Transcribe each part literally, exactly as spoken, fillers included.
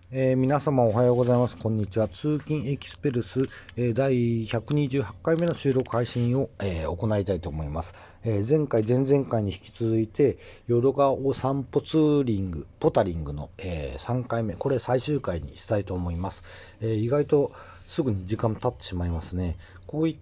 えー皆様おはようございます。こんにちは。通勤エキスプレス、えーだいひゃくにじゅうはちかいめの収録配信を、えー行いたいと思います。えー前回、前々回に引き続いて、淀川お散歩ツーリング、ポタリングの、えーさんかいめ、これ最終回にしたいと思います。えー意外とすぐに時間経ってしまいますね。こういった、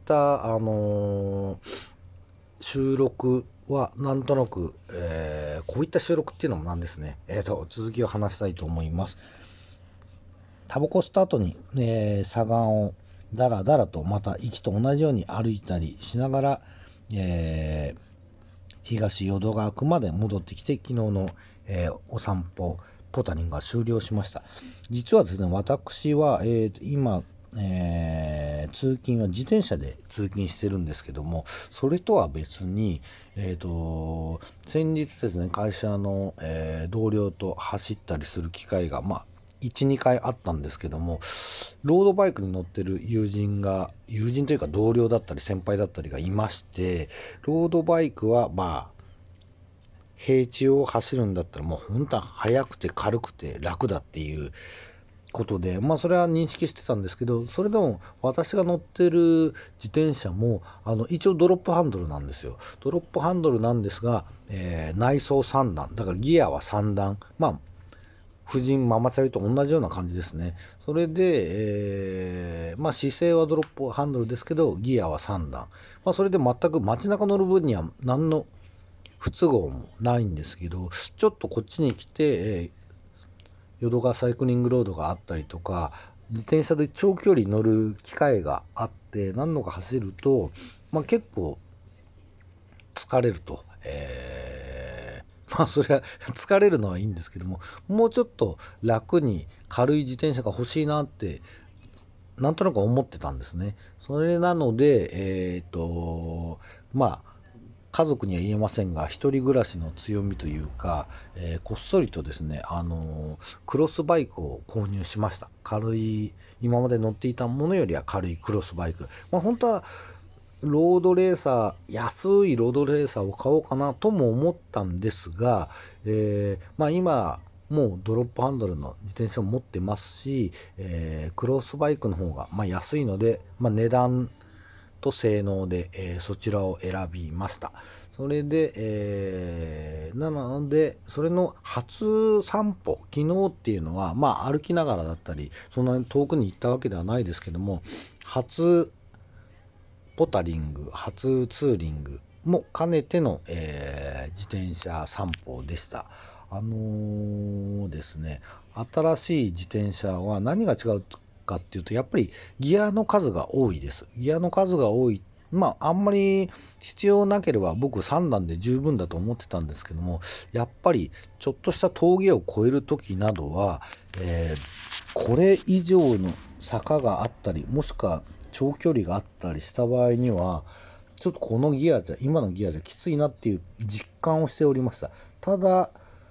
あのー収録はなんとなく、えーこういった収録っていうのもなんですね。えーと、続きを話したいと思います。タバコ吸った後に、えー、左岸をだらだらとまた息と同じように歩いたりしながら、えー東淀川区まで戻ってきて、昨日の、えーお散歩、ポタリングが終了しました。実はですね、私は、えー今、えー通勤は自転車で通勤してるんですけども、それとは別に、えーと、先日ですね、会社の、えー同僚と走ったりする機会が、まあ、いち、にかいあったんですけども、ロードバイクに乗ってる友人が、友人というか同僚だったり先輩だったりがいまして、ロードバイクはまあ、平地を走るんだったらもう本当は速くて軽くて楽だっていうことで、まあそれは認識してたんですけど、それでも私が乗ってる自転車もあの一応ドロップハンドルなんですよ。ドロップハンドルなんですが、えー内装さんだん、だからギアはさんだん、まあ婦人ママチャリと同じような感じですね。それで、えーまあ、姿勢はドロップハンドルですけど、ギアはさんだん。まあ、それで全く街中乗る分には何の不都合もないんですけど、ちょっとこっちに来て、えー淀川サイクリングロードがあったりとか、自転車で長距離乗る機会があって、何度か走ると、まあ、結構疲れると。えーまあそれは疲れるのはいいんですけども、もうちょっと楽に軽い自転車が欲しいなってなんとなく思ってたんですね。それなので、えっと、まあ、家族には言えませんが、一人暮らしの強みというか、えーこっそりとですね、あのクロスバイクを購入しました。軽い、今まで乗っていたものよりは軽いクロスバイク。まあ、本当はロードレーサー、安いロードレーサーを買おうかなとも思ったんですが、えーまあ、今、もうドロップハンドルの自転車を持ってますし、えークロスバイクの方がまあ安いので、まあ、値段と性能で、えーそちらを選びました。それで、えーなので、それの初散歩、昨日っていうのは、まあ歩きながらだったり、そんなに遠くに行ったわけではないですけども、初ポタリング、初ツーリングも兼ねての、えー自転車散歩でした。あのーですね、新しい自転車は何が違うかっていうと、やっぱりギアの数が多いです。ギアの数が多い。まあ、あんまり必要なければ僕さんだんで十分だと思ってたんですけども、やっぱりちょっとした峠を越えるときなどは、えーこれ以上の坂があったり、もしくは長距離があったりした場合には、ちょっとこのギアじゃ、今のギアじゃきついなっていう実感をしておりました。ただ、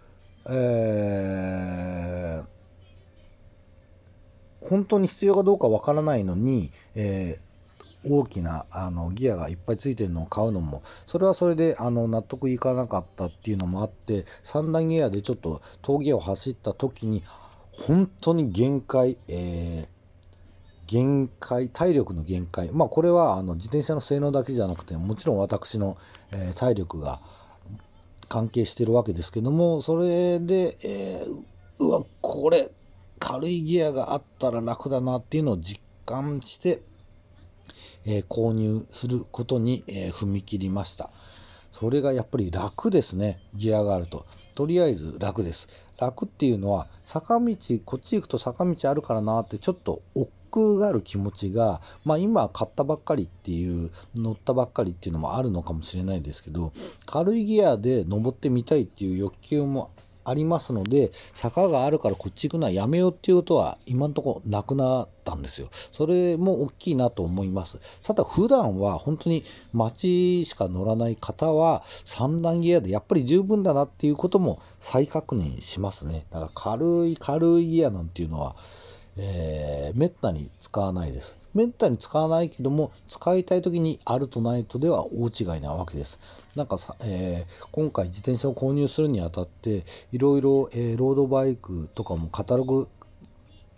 えー本当に必要かどうかわからないのに、えー大きなあのギアがいっぱいついてるのを買うのも、それはそれであの納得いかなかったっていうのもあって、さんだんギアでちょっと峠を走った時に、本当に限界、えー限界、体力の限界、まあ、これはあの自転車の性能だけじゃなくて、もちろん私の、えー体力が関係しているわけですけども、それで、えーうわ、これ、軽いギアがあったら楽だなっていうのを実感して、えー購入することに、えー踏み切りました。それがやっぱり楽ですね、ギアがあると。とりあえず楽です。楽っていうのは、坂道、こっち行くと坂道あるからなって、ちょっと億劫がある気持ちが、まあ今買ったばっかりっていう、乗ったばっかりっていうのもあるのかもしれないですけど、軽いギアで登ってみたいっていう欲求もありますので、坂があるからこっち行くのはやめようっていうことは今のところなくなったんですよ。それも大きいなと思います。ただ普段は本当に街しか乗らない方はさんだんギアでやっぱり十分だなっていうことも再確認しますね。だから軽い軽いギアなんていうのは、えー、めったに使わないです。めったに使わないけども、使いたい時にあるとないとでは大違いなわけです。なんかさ、えー今回自転車を購入するにあたって、いろいろ、えーロードバイクとかもカタログ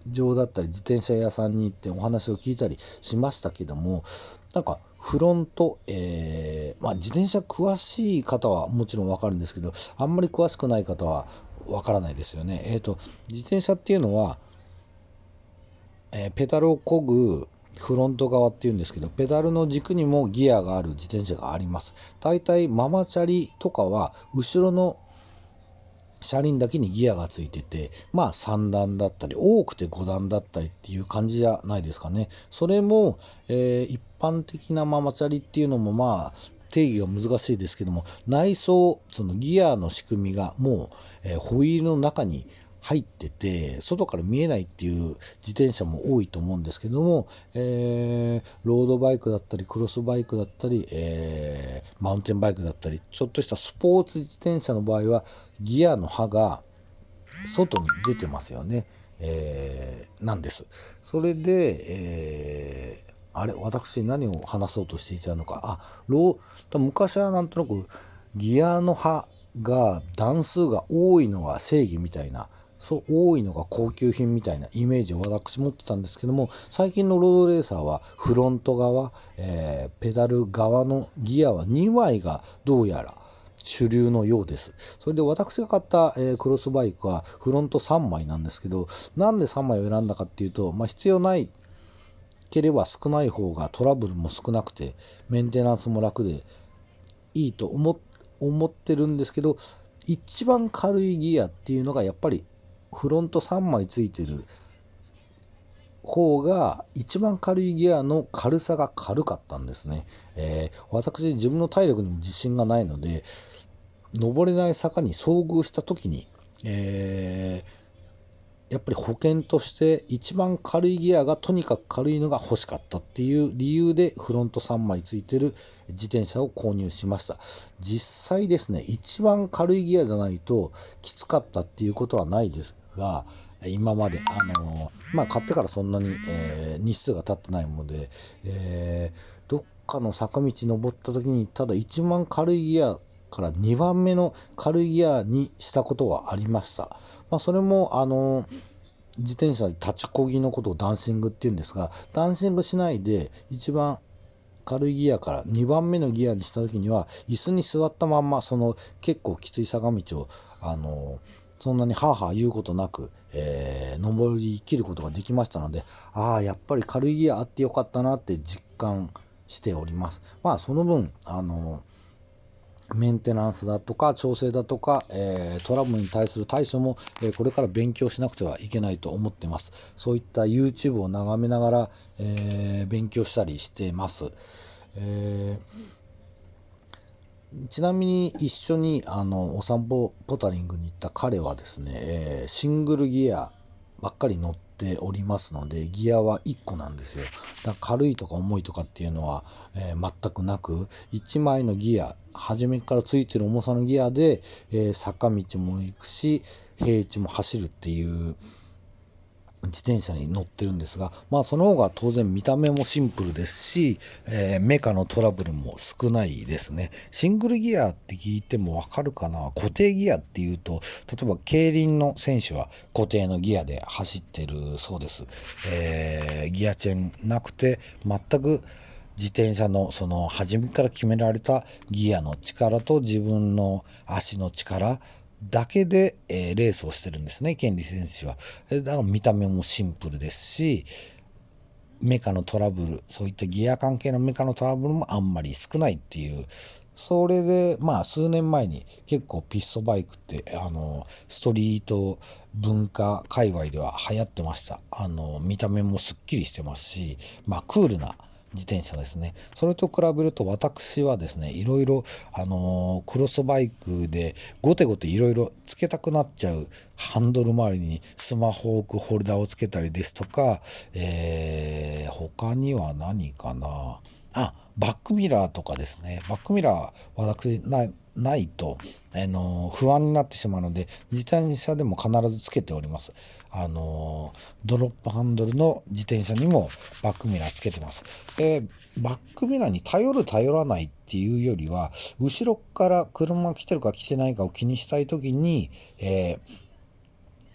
場だったり自転車屋さんに行ってお話を聞いたりしましたけども、なんかフロント、えーまあ、自転車詳しい方はもちろんわかるんですけど、あんまり詳しくない方はわからないですよね。えーと、自転車っていうのは、えーペダルを漕ぐフロント側っていうんですけど、ペダルの軸にもギアがある自転車があります。大体ママチャリとかは後ろの車輪だけにギアがついてて、まあさんだんだったり、多くてごだんだったりっていう感じじゃないですかね。それも、えー一般的なママチャリっていうのもまあ定義が難しいですけども、内装、そのギアの仕組みがもう、えーホイールの中に入ってて、外から見えないっていう自転車も多いと思うんですけども、えーロードバイクだったり、クロスバイクだったり、えーマウンテンバイクだったり、ちょっとしたスポーツ自転車の場合は、ギアの刃が外に出てますよね。えーなんです。それで、えーあれ、私何を話そうとしていたのか。あ、ロー昔はなんとなくギアの刃が段数が多いのが正義みたいな、そう多いのが高級品みたいなイメージを私持ってたんですけども、最近のロードレーサーはフロント側、えーペダル側のギアはにまいがどうやら主流のようです。それで私が買った、えークロスバイクはフロントさんまいなんですけど、なんでさんまいを選んだかっていうと、まあ、必要ないければ少ない方がトラブルも少なくてメンテナンスも楽でいいと思思ってるんですけど、一番軽いギアっていうのがやっぱりフロントさんまいついてる方が一番軽いギアの軽さが軽かったんですね。えー私自分の体力にも自信がないので、登れない坂に遭遇した時に、えーやっぱり保険として一番軽いギアがとにかく軽いのが欲しかったっていう理由でフロントさんまいついてる自転車を購入しました。実際ですね、一番軽いギアじゃないときつかったっていうことはないですが、今まで、あのまあ、買ってからそんなに、えー日数が経ってないので、えーどっかの坂道登った時にただ一番軽いギアからにばんめの軽いギアにしたことはありました。まあ、それも、あの自転車で立ちこぎのことをダンシングっていうんですが、ダンシングしないで一番軽いギアからにばんめのギアにした時には、椅子に座ったまんま、その結構きつい坂道を、あのそんなにハーハー言うことなく、えー登り切ることができましたので、ああ、やっぱり軽いギアあってよかったなって実感しております。まあ、その分、あのメンテナンスだとか調整だとか、えートラブルに対する対処も、えーこれから勉強しなくてはいけないと思ってます。そういった YouTube を眺めながら、えー勉強したりしてます。えーちなみに一緒にあのお散歩ポタリングに行った彼はですね、えーシングルギアばっかり乗っておりますので、ギアはいっこなんですよ。だから軽いとか重いとかっていうのは、えー全くなく、いちまいのギア、初めからついてる重さのギアで、えー坂道も行くし、平地も走るっていう自転車に乗ってるんですが、まあその方が当然見た目もシンプルですし、えーメカのトラブルも少ないですね。シングルギアって聞いてもわかるかな。固定ギアっていうと、例えば競輪の選手は固定のギアで走ってるそうです。えーギアチェーンなくて全く自転車のその初めから決められたギアの力と自分の足の力だけで、えーレースをしてるんですね、ケンリ選手は。えだから見た目もシンプルですし、メカのトラブル、そういったギア関係のメカのトラブルもあんまり少ないっていう、それで、まあ、数年前に結構ピストバイクって、あの、ストリート文化界隈では流行ってました。あの、見た目もすっきりしてますし、まあ、クールな自転車ですね。それと比べると私はですね、いろいろ、あのクロスバイクでゴテゴテいろいろつけたくなっちゃうハンドル周りにスマホを置くホルダーをつけたりですとか、えー、他には何かな。あ、バックミラーとかですね。バックミラー、私ない、ないと、あの不安になってしまうので、自転車でも必ずつけております。あのドロップハンドルの自転車にもバックミラーつけてます。えーバックミラーに頼る頼らないっていうよりは、後ろから車が来てるか来てないかを気にしたいときに、えー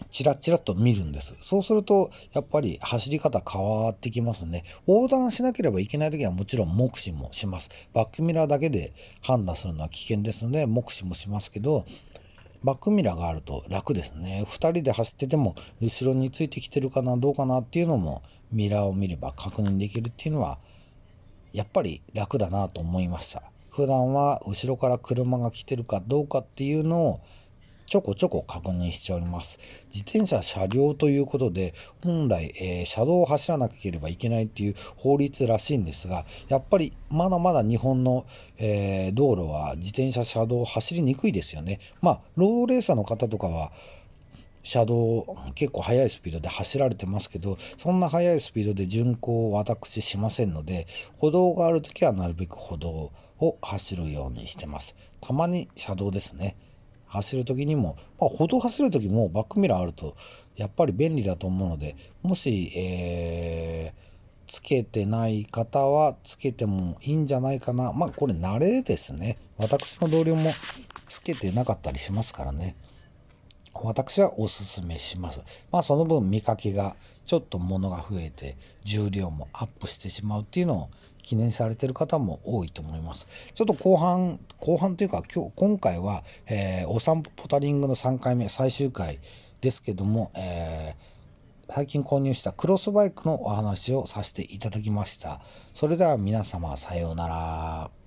チラチラと見るんです。そうすると、やっぱり走り方変わってきますね。横断しなければいけないときはもちろん目視もします。バックミラーだけで判断するのは危険ですので、目視もしますけど、バックミラーがあると楽ですね。ふたりで走ってても、後ろについてきてるかな、どうかなっていうのも、ミラーを見れば確認できるっていうのは、やっぱり楽だなと思いました。普段は後ろから車が来てるかどうかっていうのをちょこちょこ確認しております。自転車車両ということで、本来、えー車道を走らなければいけないっていう法律らしいんですが、やっぱりまだまだ日本の、えー道路は自転車車道走りにくいですよね。まあ、ロードレーサーの方とかは、車道結構速いスピードで走られてますけど、そんな速いスピードで巡行を私しませんので、歩道があるときはなるべく歩道を走るようにしてます。たまに車道ですね。走るときにも、まあ、歩道走るときもバックミラーあるとやっぱり便利だと思うので、もし、えーつけてない方はつけてもいいんじゃないかな。まあこれ慣れですね。私の同僚もつけてなかったりしますからね。私はおすすめします。まあその分見かけがちょっと物が増えて重量もアップしてしまうっていうのを記念されている方も多いと思います。ちょっと後半、後半というか今日、今回は、えーお散歩ポタリングのさんかいめ最終回ですけども、えー最近購入したクロスバイクのお話をさせていただきました。それでは皆様さようなら。